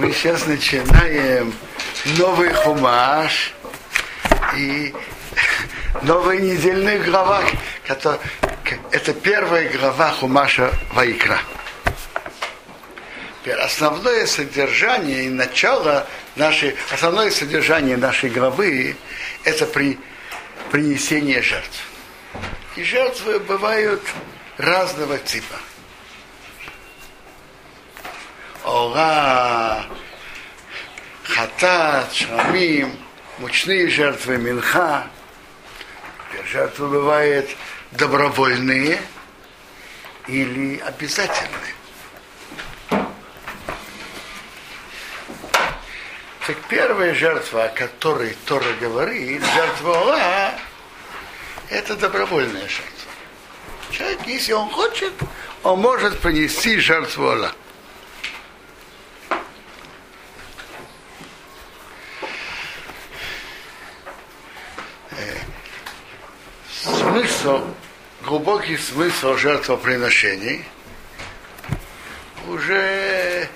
мы сейчас начинаем новый хумаш и новая недельная глава. Это первая глава хумаша Ваикра. Основное содержание и основное содержание нашей главы – это принесение жертв. И жертвы бывают разного типа. Ола, хатат, шрамим, мучные жертвы, минха. Жертвы бывают добровольные или обязательные. Так первая жертва, о которой Тора говорит, жертва Ола, это добровольная жертва. Человек, если он хочет, он может принести жертву Ола. Глубокий смысл жертвоприношений уже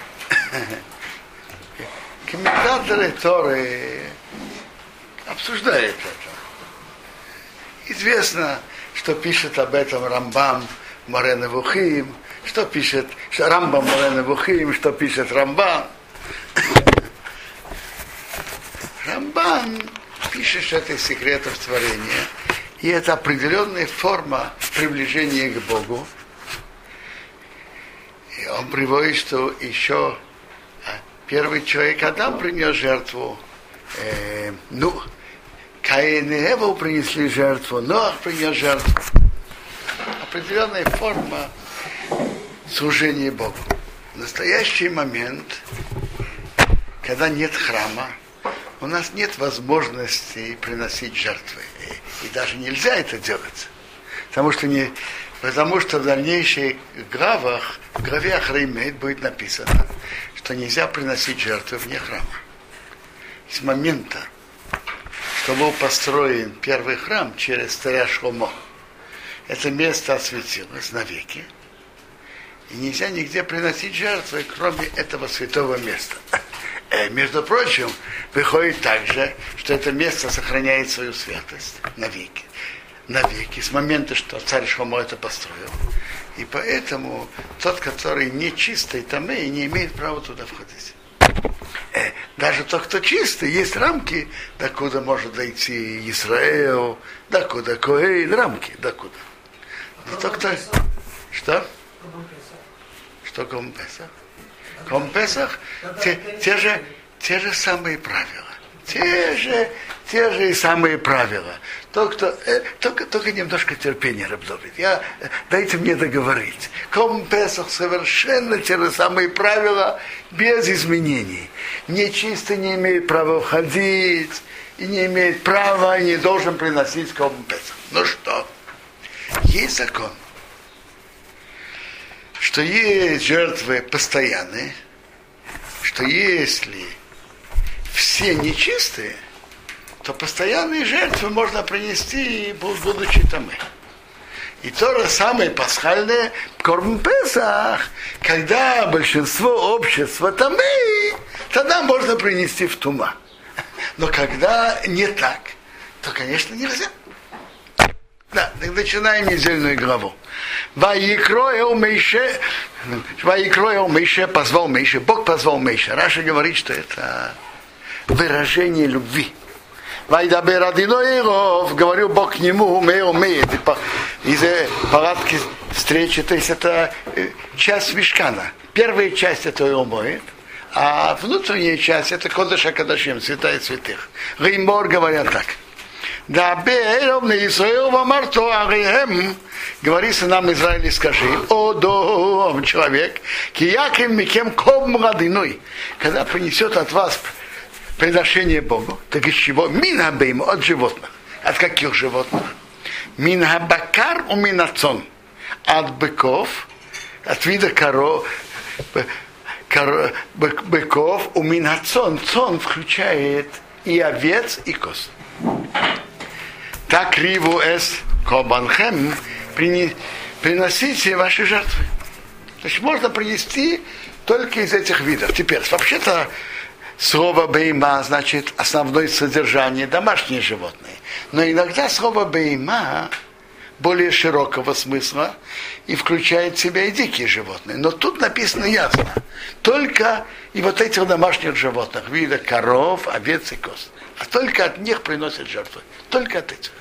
комментаторы Торы обсуждают это. Известно, что пишет об этом Рамбам Море Невухим, что пишет Рамбам Море Невухим, что пишет Рамбам. Рамбам пишет, что это из секретов творения, и это определенная форма приближения к Богу. И он приводит, что еще первый человек Адам принес жертву. Каин и Эва принесли жертву, Ноах принес жертву. Определенная форма служения Богу. В настоящий момент, когда нет храма, у нас нет возможности приносить жертвы. И даже нельзя это делать. Потому что в дальнейших главах, в главе Ахреймейт будет написано, что нельзя приносить жертвы вне храма. С момента, что был построен первый храм через царя Шломо, это место осветилось навеки. И нельзя нигде приносить жертвы, кроме этого святого места. Между прочим, выходит также, что это место сохраняет свою святость навеки. Навеки, с момента, что царь Шломо это построил. И поэтому тот, который не чистый, тамей, не имеет права туда входить. Даже тот, кто чистый, есть рамки, докуда может дойти Израиль, докуда Коэн, рамки, докуда. Но тот, кто... Что? Что Ком Песах? Ком Песах те же самые правила. Те же и самые правила. Только немножко терпения, Раб Довид. Дайте мне договорить. Ком Песах совершенно те же самые правила, без изменений. Нечистый не имеет права входить, и не имеет права, и не должен приносить Ком Песах. Ну что? Есть закон, что есть жертвы постоянные, что если все нечистые, то постоянные жертвы можно принести, будучи тамы. И то же самое пасхальное Корм Песах, когда большинство общества тамы, тогда можно принести в тума. Но когда не так, то, конечно, нельзя. Да, так начинаем недельную главу. Ваикроэл Мейше позвал Мейше. Бог позвал Мейше. Раша говорит, что это выражение любви. Вайдабер Адиноиров, говорю Бог к нему, умеет. Из палатки встречи, то есть это часть мишкана. Первая часть это его моет, а внутренняя часть это Кодеш ха-Кодашим, святая святых. Геймор говорят так. Да, беровный Исраил вамарто арихем, говори сынам Израиля, скажи, о дом человек, кияким микем ком радиной, когда принесет от вас приношение Богу, так из чего? Минабейм, от животных. От каких животных? Минабакар у минацон. От быков, от вида быков у минацон. Цон включает и овец, и коз. Так риву эс кобанхем, приносите ваши жертвы. Значит, можно принести только из этих видов. Теперь, вообще-то, слово бейма значит основное содержание домашние животные. Но иногда слово бейма более широкого смысла и включает в себя и дикие животные. Но тут написано ясно. Только и вот этих домашних животных, вида коров, овец и коз. А только от них приносят жертвы. Только от этих.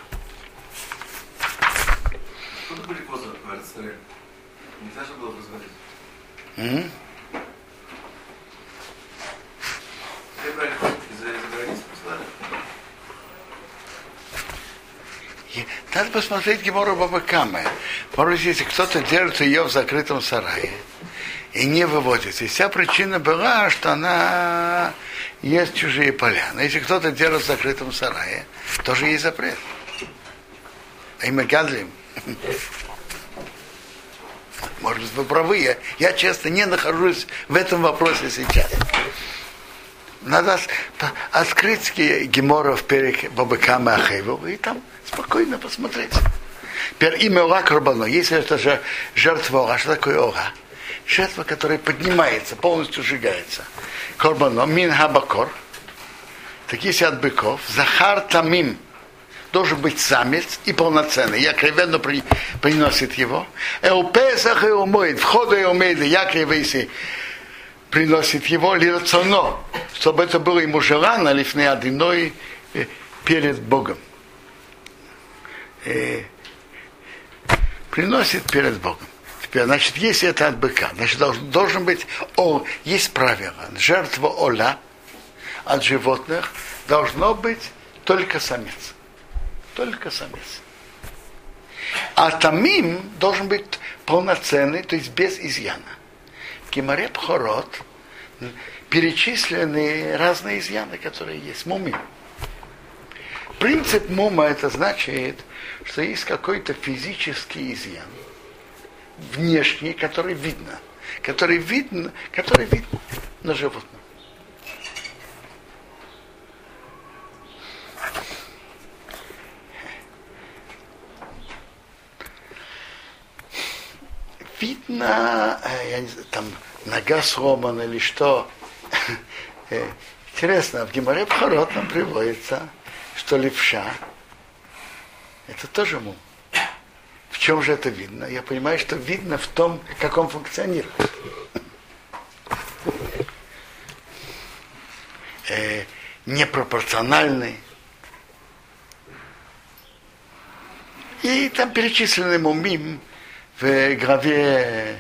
Откуда были козы в Израиле? Нельзя же было производить? Где брали из-за границы посылали? Надо посмотреть Гемора Баба Камы. Может, если кто-то держит ее в закрытом сарае и не выводит. И вся причина была, что она ест чужие поля. Но если кто-то держит в закрытом сарае, тоже есть запрет. А и мы гадлим. Может быть, вы правы. Я честно не нахожусь в этом вопросе сейчас. Надо открыть Гемора в перек Баба Камы Ахейву и там спокойно посмотреть. Теперь имя Ора Корбано. Если это же жертва Ора, что такое Ора? Жертва, которая поднимается, полностью сжигается. Корбано, мин хабакор. Так если от быков, захар тамим. Должен быть самец и полноценный. Якревенно приносит его. Эупесах и умоет. Входа и умеет. Якревеси приносит его. Лирцоно. Чтобы это было ему желанно, лифней одиной перед Богом. Приносит перед Богом. Теперь, значит, если это от быка, значит, должен быть, есть правило, жертва ола от животных должно быть только самец. Только самец. А тамим должен быть полноценный, то есть без изъяна. В Гемаре Пхорот перечислены разные изъяны, которые есть. Мумим. Принцип мума это значит, что есть какой-то физический изъян, внешний, который видно на животном. Видно, я не знаю, там нога сломана или что. Интересно, в Гемаре Пхорот нам приводится, что левша это тоже мум. В чем же это видно? Я понимаю, что видно в том, как он функционирует. Непропорциональный. И там перечислены мумим в граве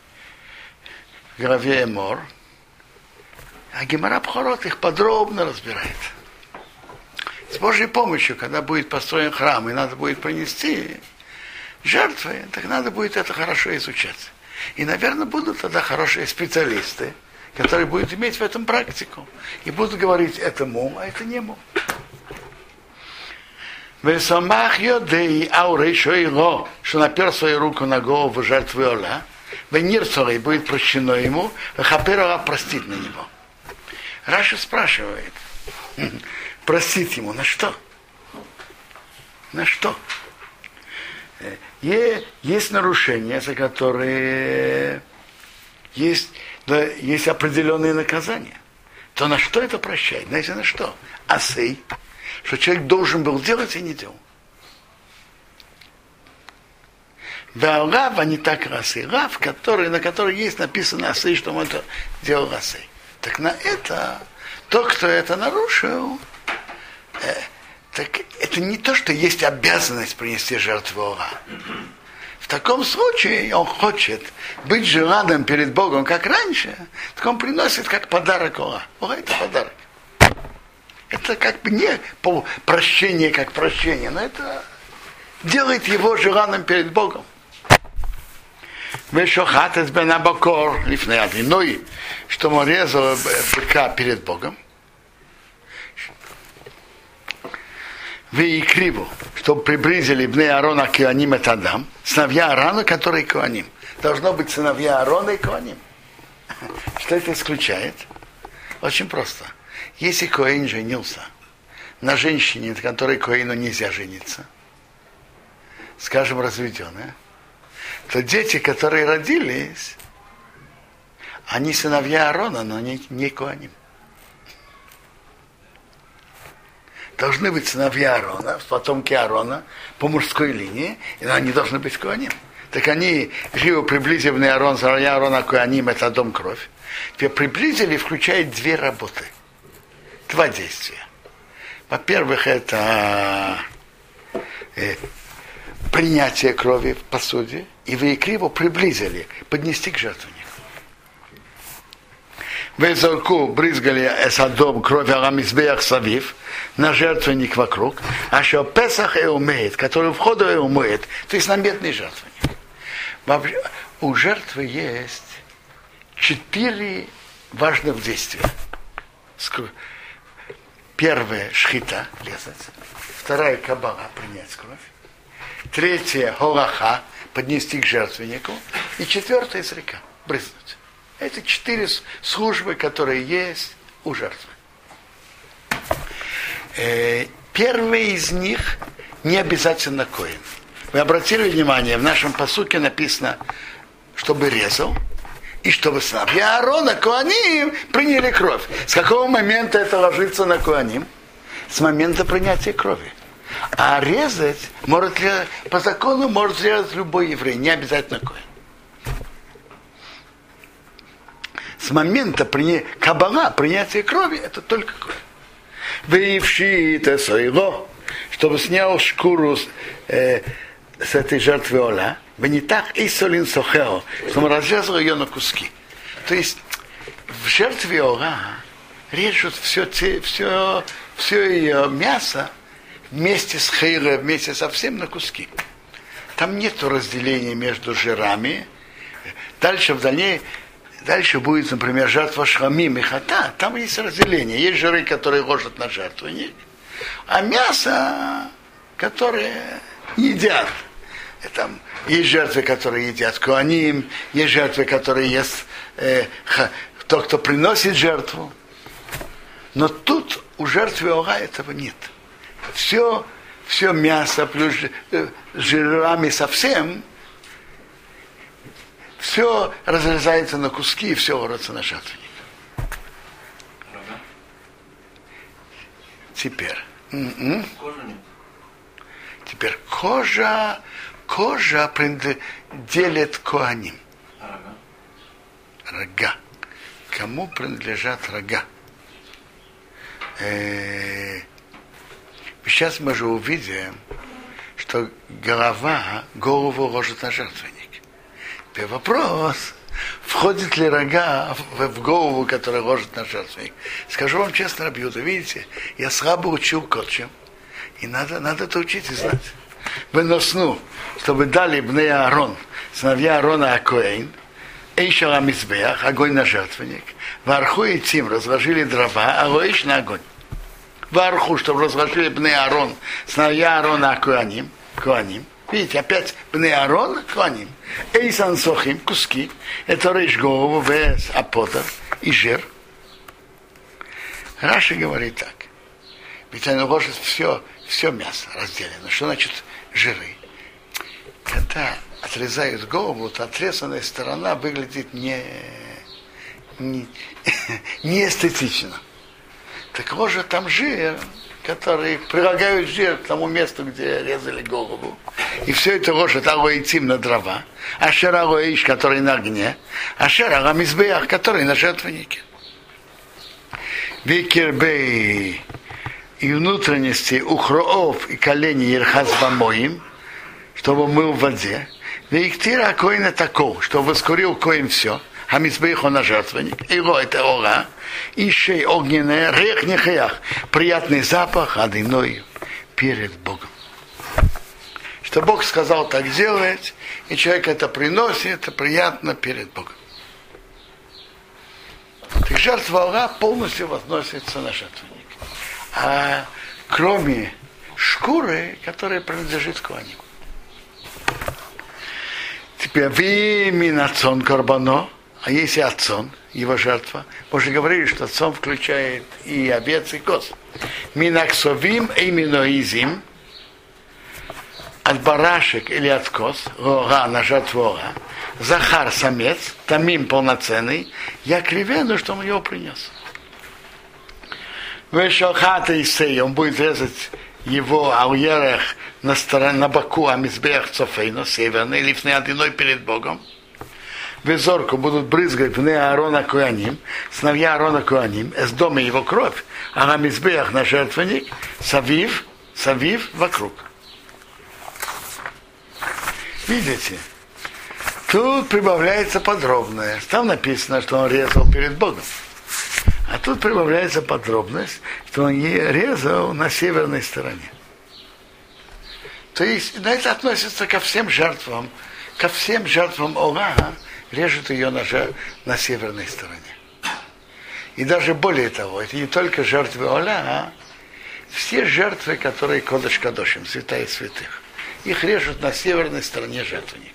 Эмор. А Гемара Пхорот их подробно разбирает. С Божьей помощью, когда будет построен храм и надо будет принести жертвы, так надо будет это хорошо изучать. И, наверное, будут тогда хорошие специалисты, которые будут иметь в этом практику. И будут говорить, это мум, а это не мум. Весамах йодей аурей шойло, что напер свою руку на голову жертвы ола, венирцорей будет прощено ему, хапера простит на него. Раши спрашивает, простить ему на что? На что? Есть нарушения, за которые есть определенные наказания. То на что это прощает? Знаете, на что? Асей, что человек должен был делать и не делал. Да, рав, а не так асей. Рав, на который есть написано асей, что он это делал асей. Так на это, тот, кто это нарушил, так это не то, что есть обязанность принести жертву Ора. В таком случае он хочет быть желанным перед Богом, как раньше, так он приносит как подарок Ора. Ора это подарок. Это как бы не прощение как прощение, но это делает его желанным перед Богом. Вешохат из бенабакор лифней адиной, что он резал быка перед Богом. Вы и криво, чтобы приблизили бней Аарона к Коаним et Адам, сыновья Аарона, которые Коаним. Должно быть сыновья Аарона и Коаним. Что это исключает? Очень просто. Если Коэн женился на женщине, на которой Коэну нельзя жениться, скажем, разведенная, то дети, которые родились, Они сыновья Аарона, но не коаним. Должны быть сыновья Аарона, потомки Аарона по мужской линии, и они должны быть коаним. Так они живо приблизили Аарон, сыновья Аарона, коаним, это дом кровь. Теперь приблизили включает две работы, два действия. Во-первых, это принятие крови в посуде, и в его приблизили, поднести к жертвеннику. В Эзорку брызгали эсадом кровь Арамизбеях Савив на жертвенник вокруг, а что Песах и умеет, который входу и умеет, то есть наметный жертвенник. У жертвы есть 4 важных действия. Первое — шхита, резать. Вторая — кабала, принять кровь. Третье — холаха, поднести к жертвеннику. И четвертое — зрека, брызнуть. Это 4 службы, которые есть у жертвы. Первый из них не обязательно коэн. Вы обратили внимание, в нашем пасуке написано, чтобы резал, и чтобы сыновья Аарона, коаним, приняли кровь. С какого момента это ложится на коаним? С момента принятия крови. А резать по закону может резать любой еврей, не обязательно коэн. С момента кабала, принятия крови, это только кровь. Выявши это своего, чтобы снял шкуру с этой жертвы Ола, венитах и солин сохео, чтобы разрезал ее на куски. То есть в жертве Ола режут все ее мясо вместе с хейрой, вместе со всем на куски. Там нет разделения между жирами. Дальше будет, например, жертва шрамим и хата. Там есть разделение. Есть жиры, которые ложат на жертвенник, а мясо, которые едят. Там есть жертвы, которые едят коаним, есть жертвы, которые ест тот, кто приносит жертву. Но тут у жертвы Ора этого нет. Все мясо плюс жирами совсем, все разрезается на куски и все ложится на жертвенник. Теперь. Теперь кожа делит коаним. Рога. Кому принадлежат рога? Сейчас мы же увидим, что голову ложит на жертвенник. Теперь вопрос, входит ли рога в голову, которая ложит на жертвенник. Скажу вам честно, Рабби Юда, видите, я слабо учил котчем, и надо это учить и знать. Выносну, чтобы дали бней Аарон, сыновья Аарона Акоэйн, Эйшала Мизбеях, огонь на жертвенник, варху и тим разложили дрова, а лоиш на огонь. Варху, чтобы разложили бней Аарон, сыновья Аарона Акоаним, видите, опять бней Аарон, Коаним. Эйсан сохим, куски, это речь голову, вес, апота и жир. Раши говорит так, ведь они ложат все мясо разделено. Что значит жиры? Когда отрезают голову, то отрезанная сторона выглядит не эстетично. Так ложат там жир, которые прилагают жир к тому месту, где резали голову. И все это ложат алоитим на дрова, ашер алоиш, который на огне, ашер аламизбеях, который на жертвеннике. Викербей и внутренности ухроов и колени ерхаз бамоим, чтобы мыл в воде. Виктира коина таков, чтобы воскурил коин все. Хамизбейхо на жертвенник, его это ора, ищей огненная, рех нехаях, приятный запах, одиной перед Богом. Что Бог сказал так делать, и человек это приносит, это приятно перед Богом. Так жертва ора полностью возносится на жертвенник. А кроме шкуры, которая принадлежит коанику. Теперь виминацон карбано. А если отцон, его жертва, мы уже говорили, что отцон включает и овец, и коз. Минаксовим и миноизим, от барашек или от коз, рога на жертву ора, захар самец, тамим полноценный, я кривену, что он его принес. Вешохата и сей, он будет резать его ауерах на боку амизбех цофейно, северный, лифный одиной перед Богом. Везорку будут брызгать в Аарона Куаним, сыновья Аарона Куаним, из дома его кровь, а на мизбех на жертвенник, савив вокруг. Видите? Тут прибавляется подробное. Там написано, что он резал перед Богом. А тут прибавляется подробность, что он резал на северной стороне. То есть, это относится ко всем жертвам ора, режет ее на северной стороне. И даже более того, это не только жертвы оля, а все жертвы, которые кодеш кадошим, святая святых, их режут на северной стороне жертвенника.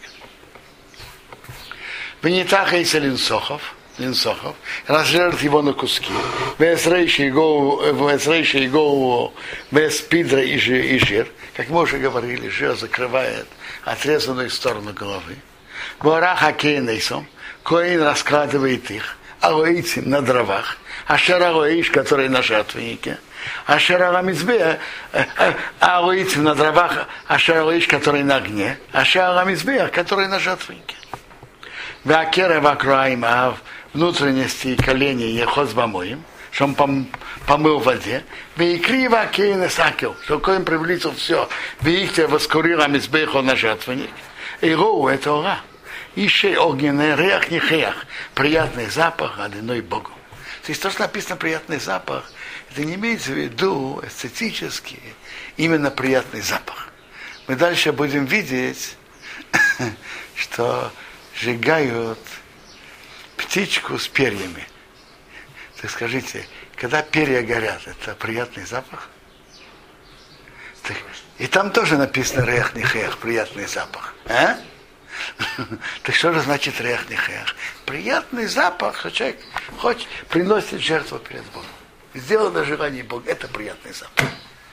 В Нитаха и линсохов, разрежут его на куски. Весрейший голову, без пидра и жир. Как мы уже говорили, жир закрывает отрезанную сторону головы. Вораха кейнейсом, коин раскладывает их, ароицим на дровах, ашарароиш, который на жертвеннике, ашарарамизбе, ароицим на дровах, ашарароиш, который на огне, ашарамизбе, который на жертвеннике. Вакера вакраим, а внутренности и колени ехоз бамоим, что он помыл в воде, вейкрива кейна сакел, что коин приблизил все, вейкте воскурила мизбехо на жертвенник, и роу это ора. Ищей огненный рех нехеях, приятный запах, одиной Богу. То есть то, что написано приятный запах, это не имеется в виду эстетически именно приятный запах. Мы дальше будем видеть, что сжигают птичку с перьями. Так скажите, когда перья горят, это приятный запах? Так, и там тоже написано рех нехеях, приятный запах. А? Так что же значит рех нехеях? Приятный запах, что человек хочет приносит жертву перед Богом. Сделал на желание Бога, это приятный запах.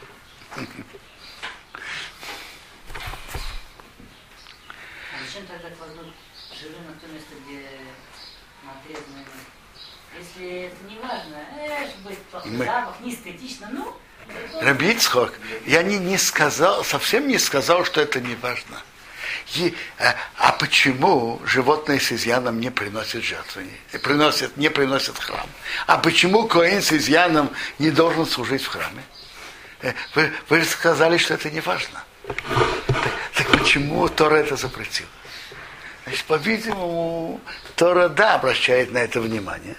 Зачем тогда кладут жиры на то место, где отрезаны? Если это не важно, будет плохой запах, не эстетично, ну... Раби Ицхок, я не сказал, совсем не сказал, что это не важно. А почему животные с изъяном не приносят жертвы, не приносят в храм? А почему коэн с изъяном не должен служить в храме? Вы же сказали, что это не важно. Так почему Тора это запретила? Значит, по-видимому, Тора, да, обращает на это внимание.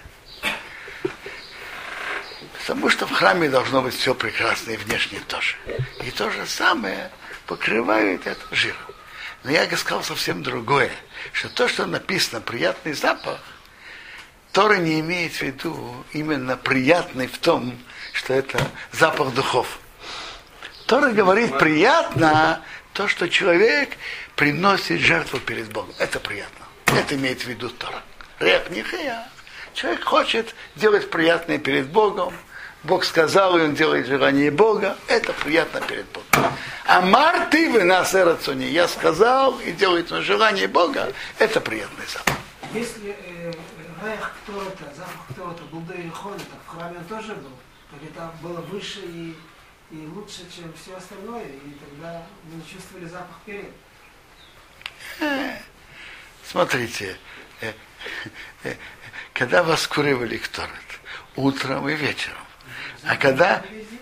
Потому что в храме должно быть все прекрасно и внешне тоже. И то же самое покрывает это жиром. Но я сказал совсем другое, что то, что написано приятный запах, Тора не имеет в виду именно приятный в том, что это запах духов. Тора говорит приятно то, что человек приносит жертву перед Богом. Это приятно. Это имеет в виду Тора. Рех нехеях. Человек хочет делать приятное перед Богом. Бог сказал, и он делает желание Бога. Это приятно перед Богом. Амар ты вы нас эрацони. Я сказал, и делает на желание Бога. Это приятный запах. Если рех кто-то, запах кто-то был до Иерихон, так в храме он тоже был. Так это было выше и лучше, чем все остальное. И тогда мы не чувствовали запах перьев. Смотрите, когда воскуривали кторет? Утром и вечером. А когда...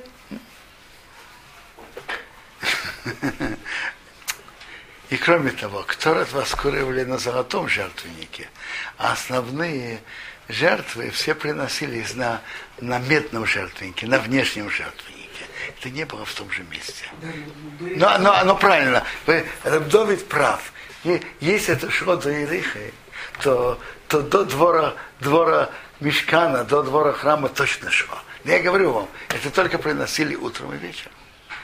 И кроме того, кторет воскуривали на золотом жертвеннике, а основные жертвы все приносились на медном жертвеннике, на внешнем жертвеннике. Это не было в том же месте. Но правильно, Давид прав. Если это шло до Иерихи, то до двора Мишкана, до двора храма точно шло. Но я говорю вам, это только приносили утром и вечером.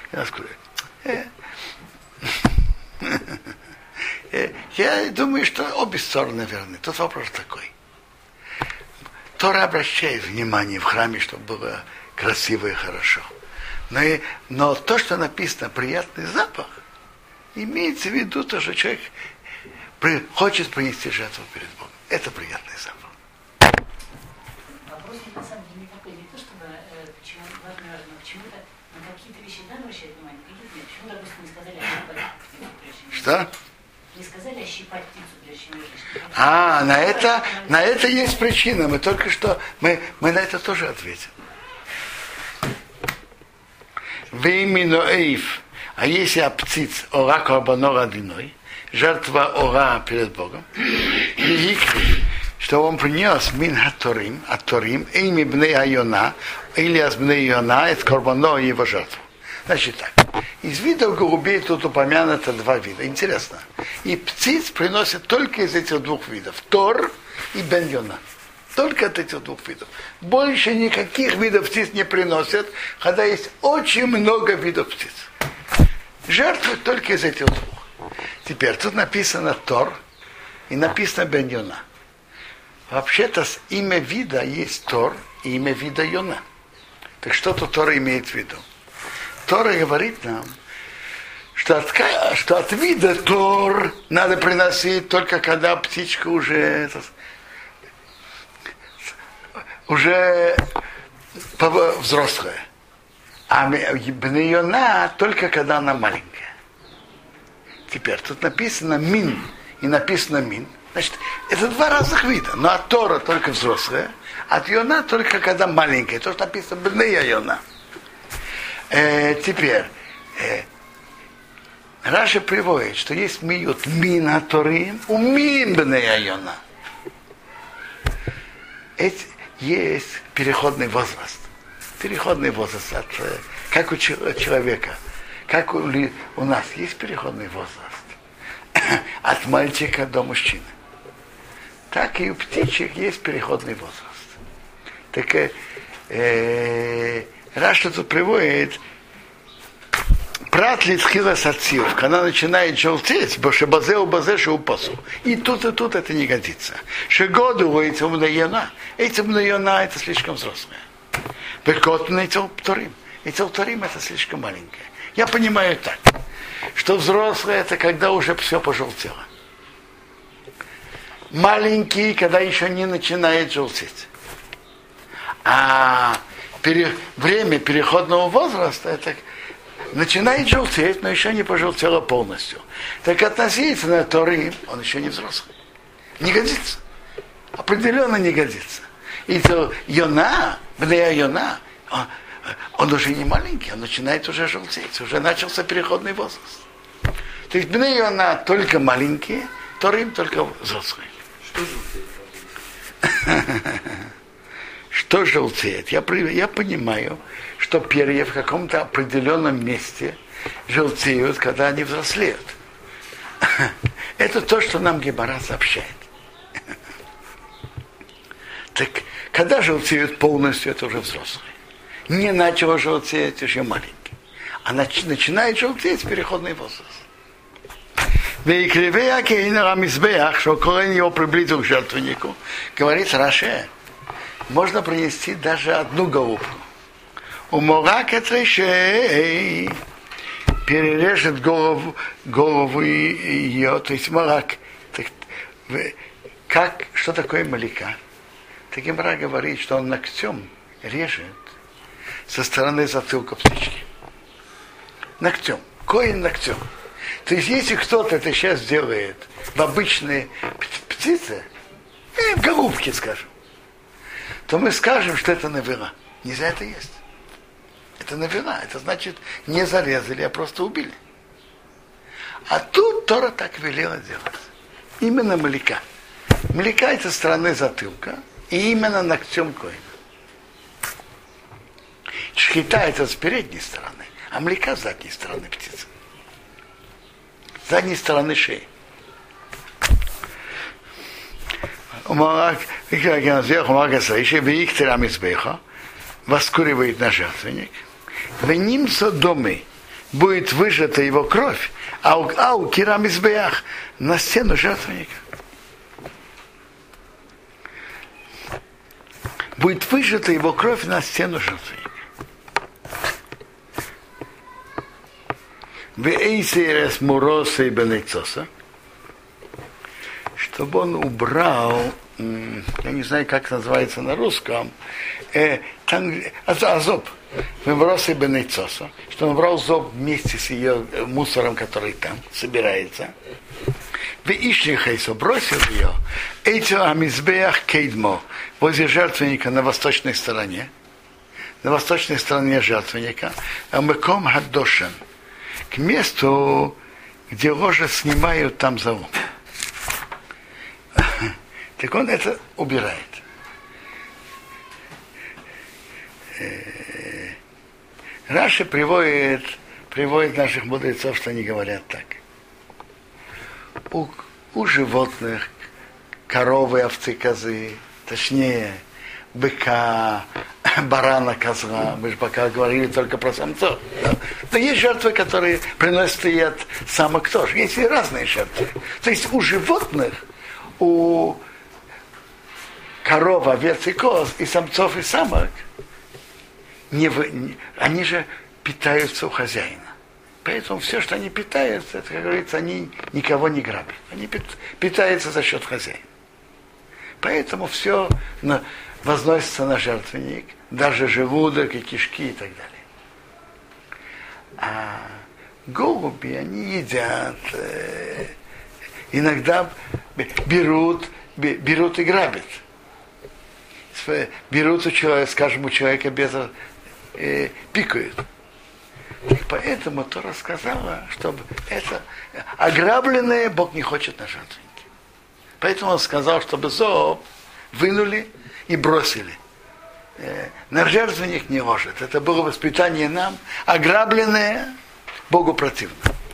Я думаю, что обе стороны верны. Тут вопрос такой. Тора обращает внимание в храме, чтобы было красиво и хорошо. Но то, что написано приятный запах, Имеется в виду то, что человек хочет принести жертву перед Богом. Это приятный запах. Вопрос на самом деле не такой, не то, чтобы почему важно, но почему-то на какие-то вещи надо обращать внимание, какие-то нет. Почему, допустим, не сказали ощипать птицу, прежде чем Что? Не сказали ощипать птицу, прежде чем ешь. На это есть причина. Мы только что, мы на это тоже ответим. Вейминоэйф. А если птиц ора корбанора одиной, жертва ора перед Богом, что он принес мин хаторим, имя бней айона, или аз бней айона, это корбано его жертву. Значит так, из видов голубей тут упомянуто два вида. Интересно. И птиц приносят только из этих двух видов. Тор и бен йона. Только от этих двух видов. Больше никаких видов птиц не приносят, хотя есть очень много видов птиц. Жертвы только из этих двух. Теперь тут написано Тор и написано бен йона. Вообще-то имя вида есть Тор и имя вида Йона. Так что тут Тор имеет в виду? Тора говорит нам, что от вида Тор надо приносить только когда птичка уже взрослая. А бней Йона только когда она маленькая. Теперь тут написано мин и написано мин. Значит, это два разных вида. Но от Тора только взрослая, от Йона только когда маленькая. То, что написано бней Йона. Теперь Раши приводит, что есть миют мин Торим, у мин бней Айона. Есть переходный возраст. Переходный возраст, как у человека, как у нас есть переходный возраст от мальчика до мужчины. Так и у птичек есть переходный возраст. Так Раши тут приводит прат лицхила сациев, когда начинает желтеть, потому что базе у базе упасу. И тут это не годится. Шегоду этим мнаена это слишком взрослое. Бекот на этим вторым это слишком маленькое. Я понимаю так, что взрослое это когда уже все пожелтело. Маленький, когда еще не начинает желтеть. А время переходного возраста это начинает желтеть, но еще не пожелтело полностью. Так относительно Торы он еще не взрослый. Не годится. Определенно не годится. И то Йона, бней Йона, он уже не маленький, он начинает уже желтеть, уже начался переходный возраст. То есть бней Йона только маленькие, Торим только взрослые. Что желтеет? Я понимаю, что перья в каком-то определенном месте желтеют, когда они взрослеют. Это то, что нам Гемара сообщает. Так, когда желтеют полностью, это уже взрослые. Не начало желтеть, еще маленький. А начинает желтеть переходный возраст. Что корень его приблизил к жертвеннику, говорит Раши, можно принести даже одну голубку. У Морака Трешей перережет голову ее, то есть Морак. Что такое малика? Так Гемара говорит, что он ногтем режет со стороны затылка птички. Ногтем. Коин ногтем. То есть, если кто-то это сейчас делает в обычной птице, в голубке, скажем, то мы скажем, что это навера. Нельзя это есть. Это навера. Это значит, не зарезали, а просто убили. А тут Тора так велела делать. Именно малика. Малика это со стороны затылка, и именно ногтем коина. Шхита это с передней стороны, а малика с задней стороны птицы. С задней стороны шеи. Воскуривает на жертвенник. В ним содомы будет выжата его кровь, а у кирамизбеях на стену жертвенника. Будет выжата его кровь на стену жертвенника. Вейсерес Муроса и Бенецоса, чтобы он убрал, я не знаю, как называется на русском, азоб, Муроса и Бенецоса, что он убрал зоб вместе с ее мусором, который там собирается. Вишнихайсо бросил ее, эйцо амизбеях кейдмо, возле жертвенника на восточной стороне жертвенника, амеком хаддошен, к месту, где ложе снимают там залом. Так он это убирает. Раши приводит наших мудрецов, что они говорят так. У животных, коровы, овцы, козы, точнее, быка, барана, козла, мы же пока говорили только про самцов. Да? Но есть жертвы, которые приносят и от самок тоже. Есть и разные жертвы. То есть у животных, у коров, овец и коз, и самцов, и самок, они же питаются у хозяина. Поэтому все, что они питаются, это, как говорится, они никого не грабят. Они питаются за счет хозяина. Поэтому все возносится на жертвенник, даже желудок и кишки и так далее. А голуби, они едят, иногда берут и грабят. Берут у человека, скажем, у человека без пикают. И поэтому Тора сказала, чтобы это ограбленное Бог не хочет на жертвеннике. Поэтому он сказал, чтобы зоб вынули и бросили. На жертвенник не ложат. Это было воспитание нам. Ограбленное Богу противно.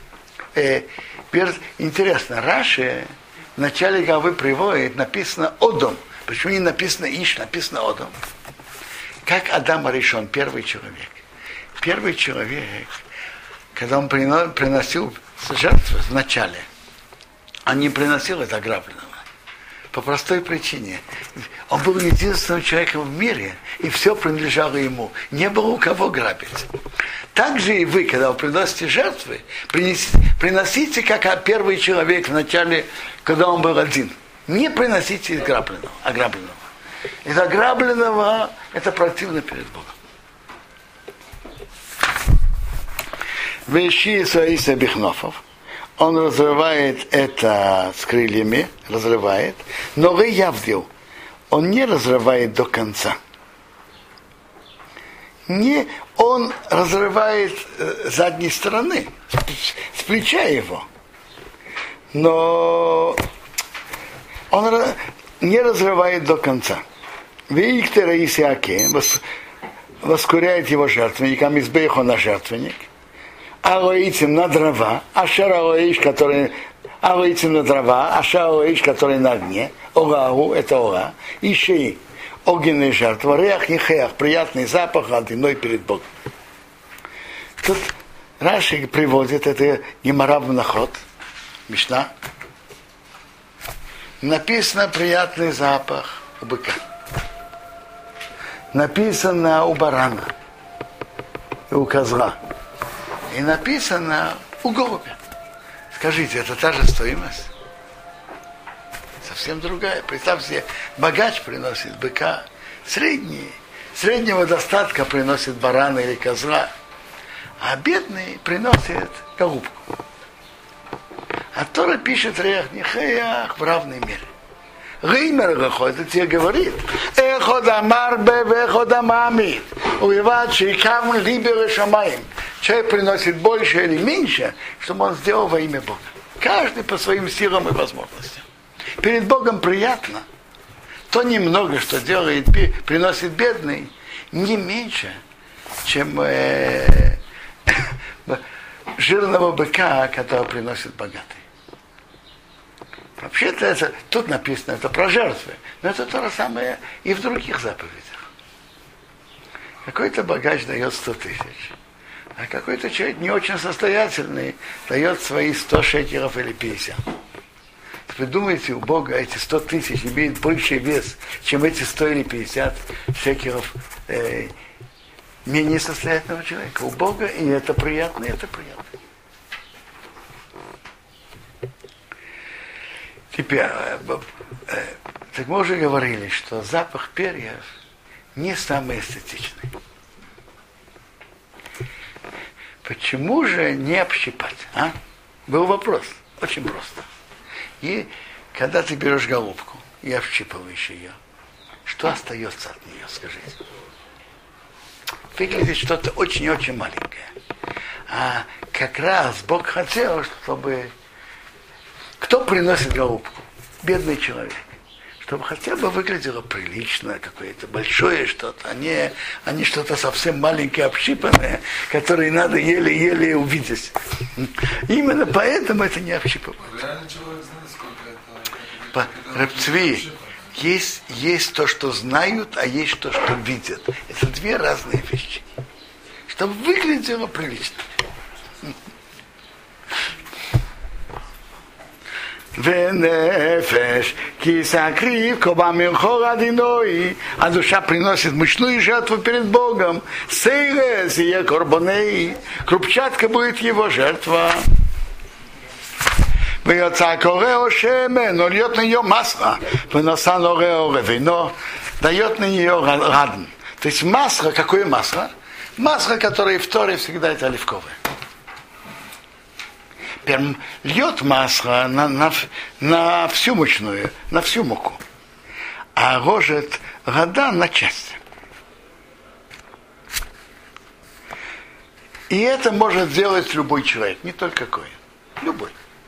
Интересно, Раши в начале главы приводит, написано Одом. Почему не написано Иш, написано Одом? Как Адам Аришон, первый человек. Первый человек, когда он приносил жертву в начале, он не приносил это ограбленного. По простой причине. Он был единственным человеком в мире, и все принадлежало ему. Не было у кого грабить. Так же и вы, когда вы приносите жертвы, приносите, как первый человек в начале, когда он был один. Не приносите ограбленного. Из ограбленного это противно перед Богом. Вещи Исаиса Бихнофов. Он разрывает это с крыльями, но Явдил, он не разрывает до конца. Он разрывает задней стороны, с плеча его. Но он не разрывает до конца. Виктора Исааке воскуряет его жертвенником, избех он на жертвенник. Алоицем на дрова, ашаралоиш, который алоицем на дрова, ашаралоиш, который на огне, огагу, это ога, ищи огненная жертва, реах нехеях, приятный запах, одиной перед Богом. Тут Раши приводит это Гемара в Нахот, Мишна. Написано приятный запах у быка. Написано у барана и у козла. И написано у голубя. Скажите, это та же стоимость? Совсем другая. Представьте себе, богач приносит быка, среднего достатка приносит барана или козла, а бедный приносит голубку. А Тора пишет реах нехеях в равной мере. Геймер выходит, это тебе говорит. Эход амар бе, эход амамид. Увиват шейкам либер шамаим. Человек приносит больше или меньше, чтобы он сделал во имя Бога. Каждый по своим силам и возможностям. Перед Богом приятно. То немного, что делает, приносит бедный, не меньше, чем жирного быка, который приносит богатый. Вообще-то это, тут написано, это про жертвы, но это то же самое и в других заповедях. Какой-то богач дает 100 тысяч, а какой-то человек не очень состоятельный дает свои 100 шекелов или 50. Вы думаете, у Бога эти 100 тысяч имеют больший вес, чем эти 100 или 50 шекелов менее состоятельного человека? У Бога и это приятно, и это приятно. Теперь, так мы уже говорили, что запах перьев не самый эстетичный. Почему же не общипать? А? Был вопрос. Очень просто. И когда ты берешь голубку и общипываешь ее, что остается от нее, скажите? Выглядит что-то очень-очень маленькое. А как раз Бог хотел, чтобы... Кто приносит голубку? Бедный человек. Чтобы хотя бы выглядело прилично, какое-то большое что-то, а не что-то совсем маленькое, общипанное, которое надо еле-еле увидеть. Именно поэтому это не общипывают. Реально человек знает, сколько это... Рабцви, есть то, что знают, а есть то, что видят. Это две разные вещи. Чтобы выглядело прилично. Венефеш, кисакрив, кобамилхор адиной, а душа приносит мощную жертву перед Богом. Сейрес и корбоней, крупчатка будет его жертва. Выйдет корео шеме, но льет на нее масло, выноса норео вино, дает на нее радн. То есть масло, какое масло? Масло, которое в Торе всегда это оливковое. Льет масло на всю мучную, на всю муку, а рожет вода на части. И это может сделать любой человек, не только коэн, любой.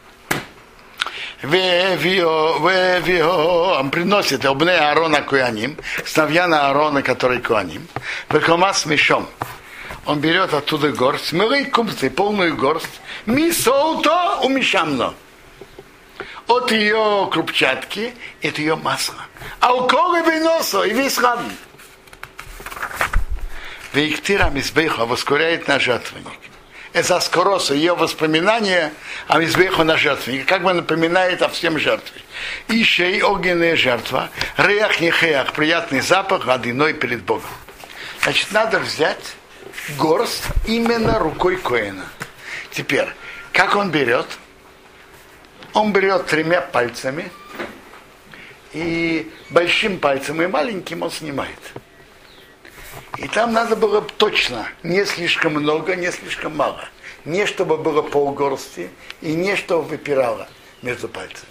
Он приносит обне Аарона коаним, сновья Аарона, который коаним, векомас мешом. Он берет оттуда горсть, мылый кумцы, полную горсть, мисолто умешамно. От ее крупчатки, это ее масло. Алкоголь виносо и весь радн. Вейктира мизбейха воскуряет на жертвенник. Это скороса, ее воспоминания о мизбейху на жертвенник. Как бы напоминает о всем жертве. Ищей огненная жертва, реах нехеях, приятный запах, одиной перед Богом. Значит, надо взять горсть именно рукой коэна. Теперь, как он берет? Он берет 3 пальцами, и большим пальцем и маленьким он снимает. И там надо было точно, не слишком много, не слишком мало. Не чтобы было полгорсти, и не чтобы выпирало между пальцами.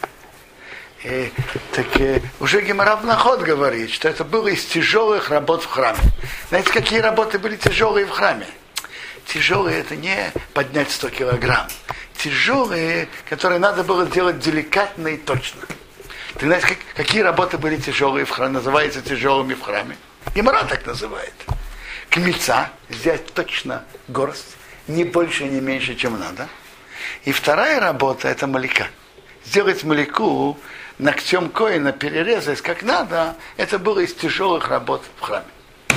Уже Гемара в Нахот говорит, что это было из тяжелых работ в храме. Знаете, какие работы были тяжелые в храме? Тяжелые — это не поднять 100 килограмм. Тяжелые, которые надо было делать деликатно и точно. Ты знаешь, какие работы были тяжелые в храме, называются тяжелыми в храме? Гемара так называет. Кмица, взять точно горсть, не больше, не меньше, чем надо. И вторая работа — это малика. Сделать маляку ногтем коэна, перерезать как надо, это было из тяжелых работ в храме.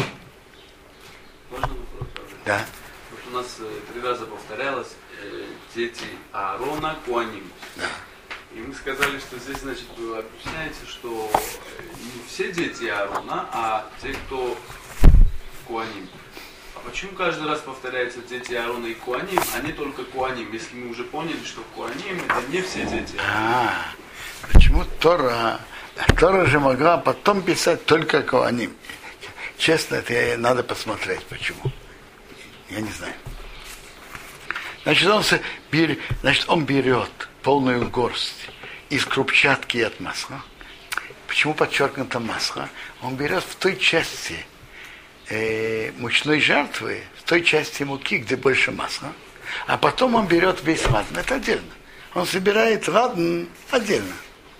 Можно вопрос? Да. Вот у нас 3 раза повторялось дети Аарона Коаним. Да. И мы сказали, что здесь, значит, вы объясняете, что не все дети Аарона, а те, кто Коаним. А почему каждый раз повторяется дети Аарона и Коаним, а не только Коаним, если мы уже поняли, что Коаним это не все дети Аарона? Почему Тора же могла потом писать только Коаним? Честно, это надо посмотреть, почему. Я не знаю. Значит, он берет полную горсть из крупчатки и от масла. Почему подчеркнуто масло? Он берет в той части мучной жертвы, в той части муки, где больше масла, а потом он берет весь радн. Это отдельно. Он собирает радн отдельно.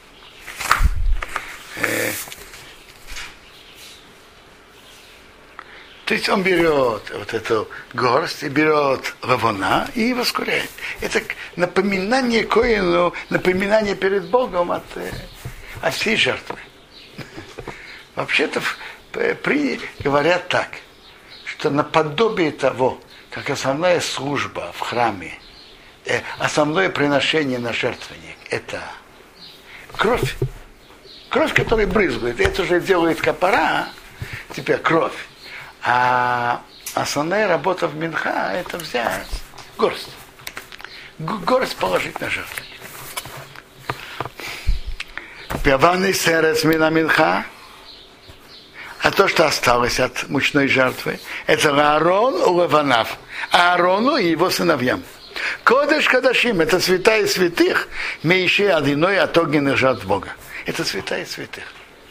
То есть он берет вот эту горсть и берет лавона и воскуряет. Это напоминание коэну, напоминание перед Богом от всей жертвы. Вообще-то говорят так, что наподобие того, как основная служба в храме, основное приношение на жертвенник — это кровь. Кровь, которая брызгает. Это же делает капара, теперь кровь. А основная работа в Минха — это взять горсть. Горсть положить на жертвенник. Певанный серец мина минха. А то, что осталось от мучной жертвы, это Аарон у Леванав. Аарону и его сыновьям. Кодеш Кадашим, это святая святых, мейши одиной от огненных жертв Бога. Это святая святых.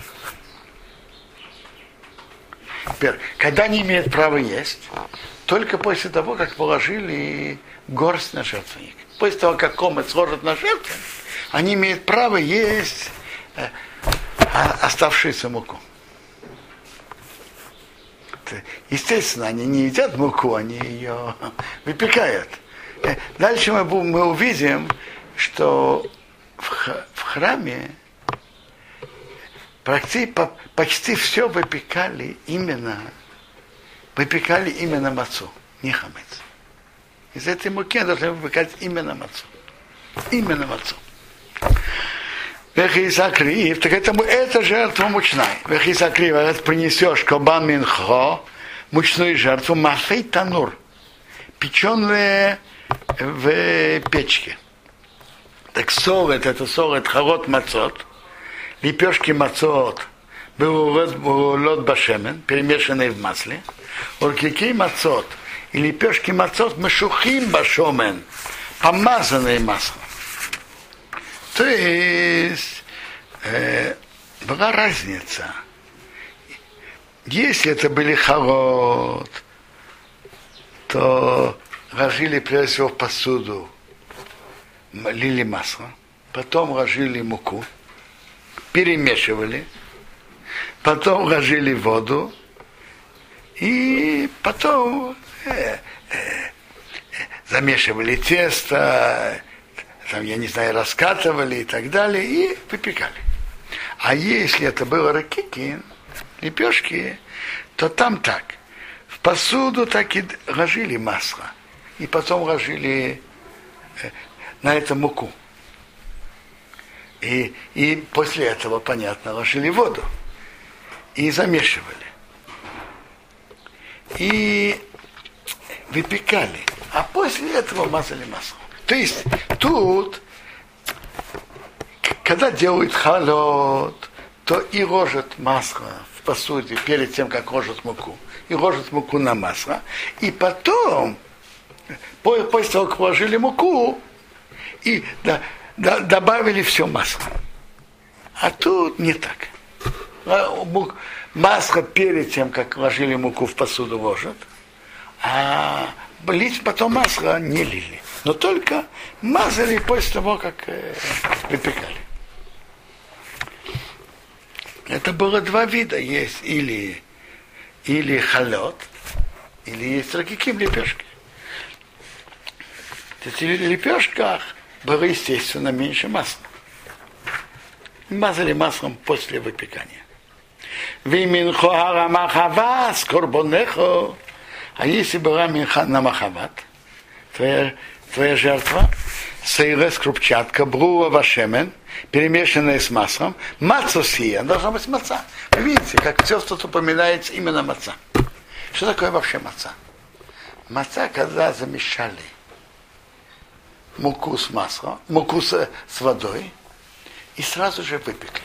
Теперь, когда они имеют право есть, только после того, как положили горсть на жертвенник. После того, как комет сложат на жертвенник, они имеют право есть оставшуюся муку. Естественно, они не едят муку, они ее выпекают. Дальше мы увидим, что в храме почти все выпекали именно мацу, не хамец. Из этой муки должны выпекать именно мацу. Именно мацу. Вехисакрив, так это жертва мучная. Вехисакрив, принесешь кобан минхо, мучную жертву, мафей танур, печеные в печке. Так солод, это харот мацот, лепешки мацот, лот башемен, перемешанные в масле, уркики мацот, и лепешки мацот мешухим башомен, помазанные маслом. То есть была разница. Если это были харот, то ложили прежде всего в посуду, лили масло, потом ложили муку, перемешивали, потом ложили воду, и потом замешивали тесто, там, я не знаю, раскатывали и так далее, и выпекали. А если это было ракики, лепешки, то там так. В посуду так и ложили масло, и потом ложили на это муку. И после этого, понятно, ложили воду. И замешивали. И выпекали. А после этого мазали маслом. То есть тут, когда делают халот, то и ложат масло в посуде перед тем, как ложат муку. И ложат муку на масло. И потом, после того, как положили муку, и добавили все масло. А тут не так. Масло перед тем, как ложили муку в посуду, ложат, а лить потом масло не лили. Но только мазали после того, как выпекали. Это было два вида. Есть или халот, или есть ракиким, лепешки. В лепешках было, естественно, меньше масла. Мазали маслом после выпекания. Виминхо харамахава скорбонехо. А если была минха на махават, твоя жертва, сейрес крупчатка, бруа вашемен, перемешанная с маслом, мацосия, должна быть маца. Вы видите, как все, что упоминается, именно маца. Что такое вообще маца? Маца, когда замешали муку с маслом, муку с водой, и сразу же выпекли.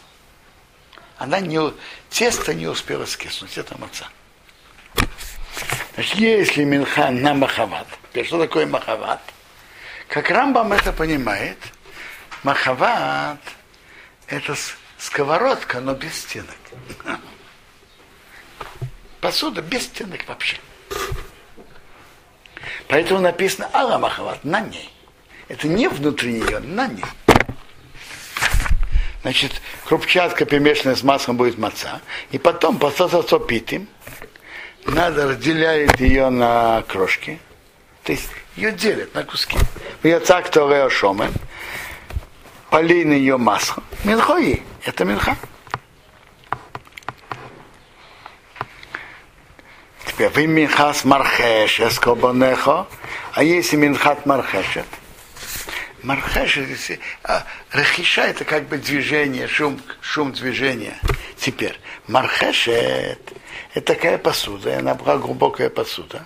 Тесто не успело скиснуть, это маца. Значит, если минха на махават, что такое махават? Как Рамбам это понимает, махават это сковородка, но без стенок. Посуда без стенок вообще. Поэтому написано ала махават, на ней. Это не внутри нее, на ней. Значит, крупчатка, перемешанная с маслом, будет маца. И потом, пососопитым, надо разделяет ее на крошки. То есть ее делят на куски. Яцак торео шомен. Полили ее маслом. Минхои. Это минха. Теперь вы минхас мархешес кобонехо. А если минхат мархешет? Мархешет, рахиша это как бы движение, шум движения. Теперь мархешет это такая посуда, она была глубокая посуда.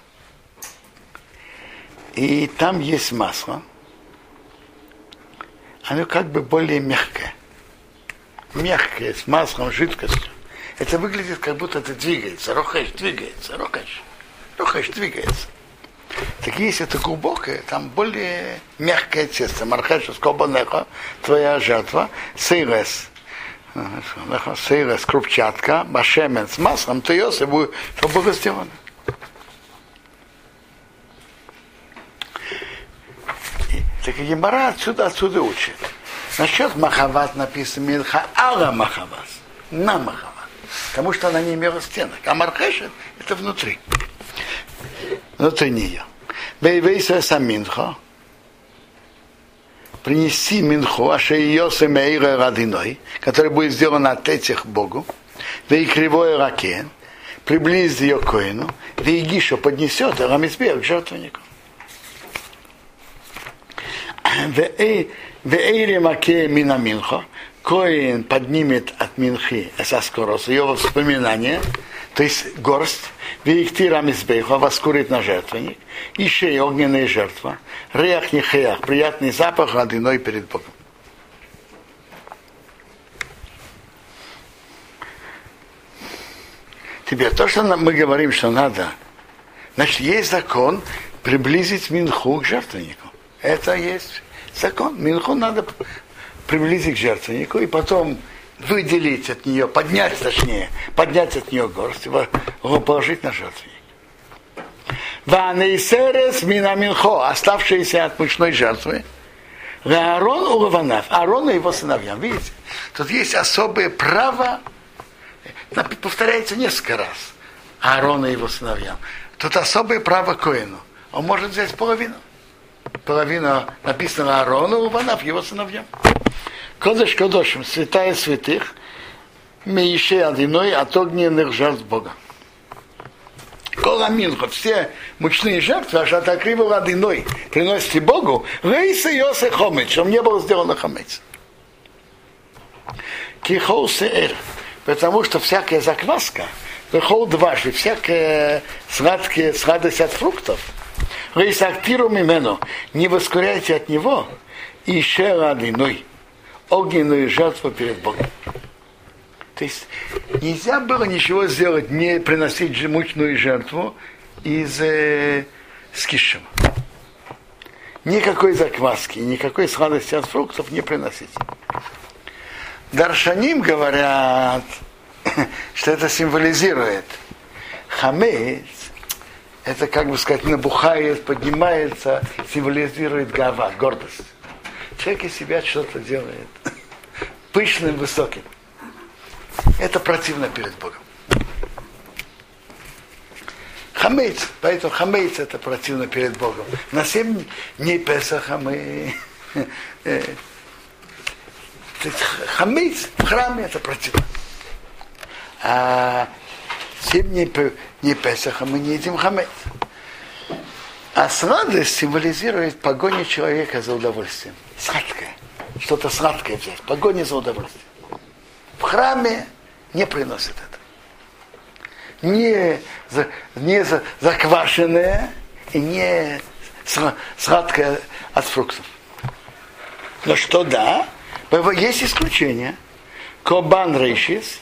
И там есть масло. Оно как бы более мягкое. мягкое, с маслом, жидкостью. Это выглядит, как будто это двигается. Рохеш двигается, рохеш двигается. Так если это глубокое, там более мягкое тесто. Мархеш скобанеха, твоя жертва, сейрес, крупчатка, башемен с маслом, то ее собой, чтобы было сделано. Так Гемара отсюда учит. Насчет махават написано Минха ала махават, на махават. Потому что она не имела стенок. А мархешет это внутри нее. Бейвейса саминхо. Принеси минху, ашейосе мейра радиной, который будет сделан от этих Богу. Вей кривое раке. Приблизь ее к коину. Вей гиша поднесет рамизбех к жертвеннику. Вейре маке мина минхо. Коин поднимет от минхи эсаскорос, ее воспоминания, то есть горсть, вейктира мизбейха, воскурит на жертвенник, еще огненная жертва, реах нехеях, приятный запах родиной перед Богом. Теперь то, что мы говорим, что надо, значит, есть закон приблизить минху к жертвеннику. Это есть закон. Минху надо приблизить к жертвеннику и потом выделить от нее, поднять от нее горсть, его положить на жертвенник. Ванейсерес минаминхо, оставшиеся от мучной жертвы, Аарон улаванав, Аарон и его сыновьям. Видите, тут есть особое право, повторяется несколько раз, Аарон и его сыновьям. Тут особое право коину. Он может взять половину. Половина написано Аарону улаванав, его сыновьям. Кодыш кодошим, святая святых, меише одиной от огненных жертв Бога. Коламинхо, все мучные жертвы, аж от акрива одиной приносите Богу, рейсы йосе хомец, чтобы не было сделано хомец. Кихол сеэр, потому что всякая закваска, выхол дважды, всякая сладость от фруктов, рейсы актиру мимену, не воскуряйте от него, ише одиной. Огненную жертву перед Богом. То есть нельзя было ничего сделать, не приносить мучную жертву из скишем. Никакой закваски, никакой сладости от фруктов не приносить. Даршаним говорят, что это символизирует хамец, это, как бы сказать, набухает, поднимается, символизирует гава, гордость. Человек из себя что-то делает пышным, высоким. Это противно перед Богом. Хамейц, поэтому хамейц это противно перед Богом. На 7 дней Песаха мы хамейц в храме это противно. А 7 дней Песаха мы не едим хамейц. А сладость символизирует погоню человека за удовольствием. Сладкое. Что-то сладкое взять. Погоня за удовольствием. В храме не приносят это. Не заквашенное и не сладкое от фруктов. Но что да, есть исключение. Кобан рейшис,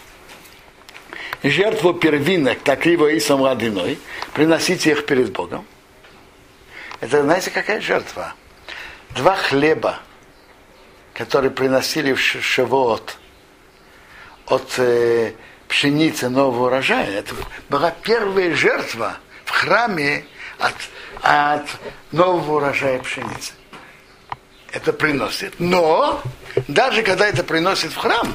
жертву первинок, такриво и самрадиной, приносите их перед Богом. Это, знаете, какая жертва? 2 хлеба, которые приносили в Шавуот от пшеницы нового урожая. Это была первая жертва в храме от нового урожая пшеницы. Это приносит. Но даже когда это приносит в храм,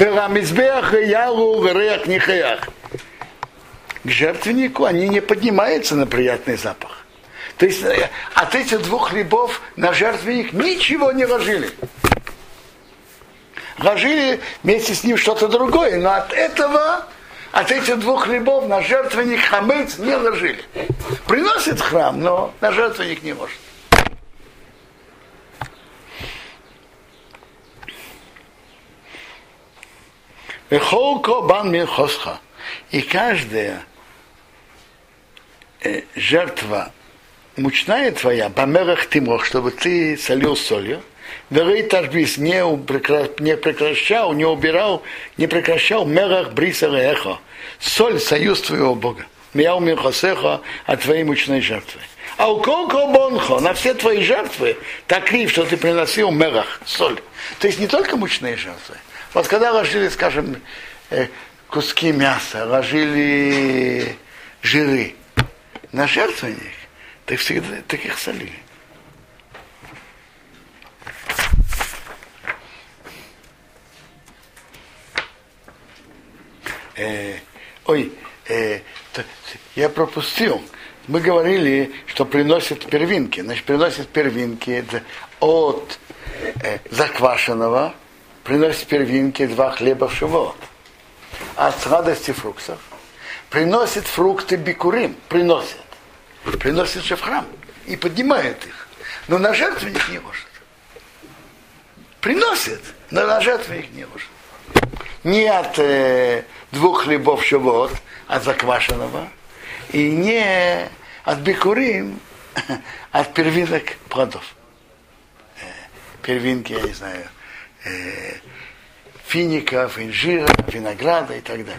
к жертвеннику они не поднимаются на приятный запах. То есть от этих 2 хлебов на жертвенник ничего не ложили. Ложили вместе с ним что-то другое, но от этих 2 хлебов на жертвенник хамец не ложили. Приносит в храм, но на жертвенник не ложит. И каждая жертва мучная твоя, бамерах тимох, чтобы ты солил солью, Верей тажбис не прекращал, не убирал, не прекращал мерах бриса эхо. Соль союз твоего Бога. Мяу мирхосеха от твоей мучной жертвы. А у колко бонхо, на все твои жертвы, такрив, что ты приносил мерах, соль. То есть не только мучные жертвы. Вот когда ложили, скажем, куски мяса, ложили жиры на жертвенник, так всегда таких солили. Я пропустил. Мы говорили, что приносят первинки. Значит, приносят первинки от заквашенного, приносят первинки 2 хлеба в шивот. От радости фруктов. Приносят фрукты бикурим. Приносят же в храм. И поднимают их. Но на жертвенник не ложат. Приносят, но на жертвенник не ложат. Не от 2 хлебов в шивот, от заквашенного. И не от бикурим, от первинок плодов. Первинки, я не знаю, фиников, инжира, винограда и так далее.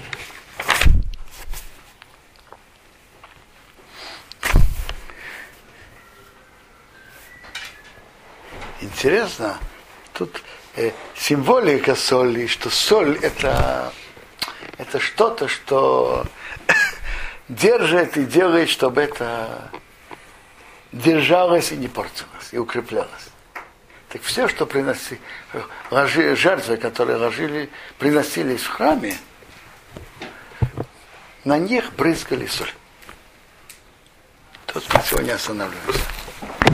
Интересно, тут символика соли, что соль это что-то, что держит и делает, чтобы это держалось и не портилось, и укреплялось. Так все, что жертвы, которые приносились в храме, на них брызгали соль. Тут мы сегодня останавливаемся.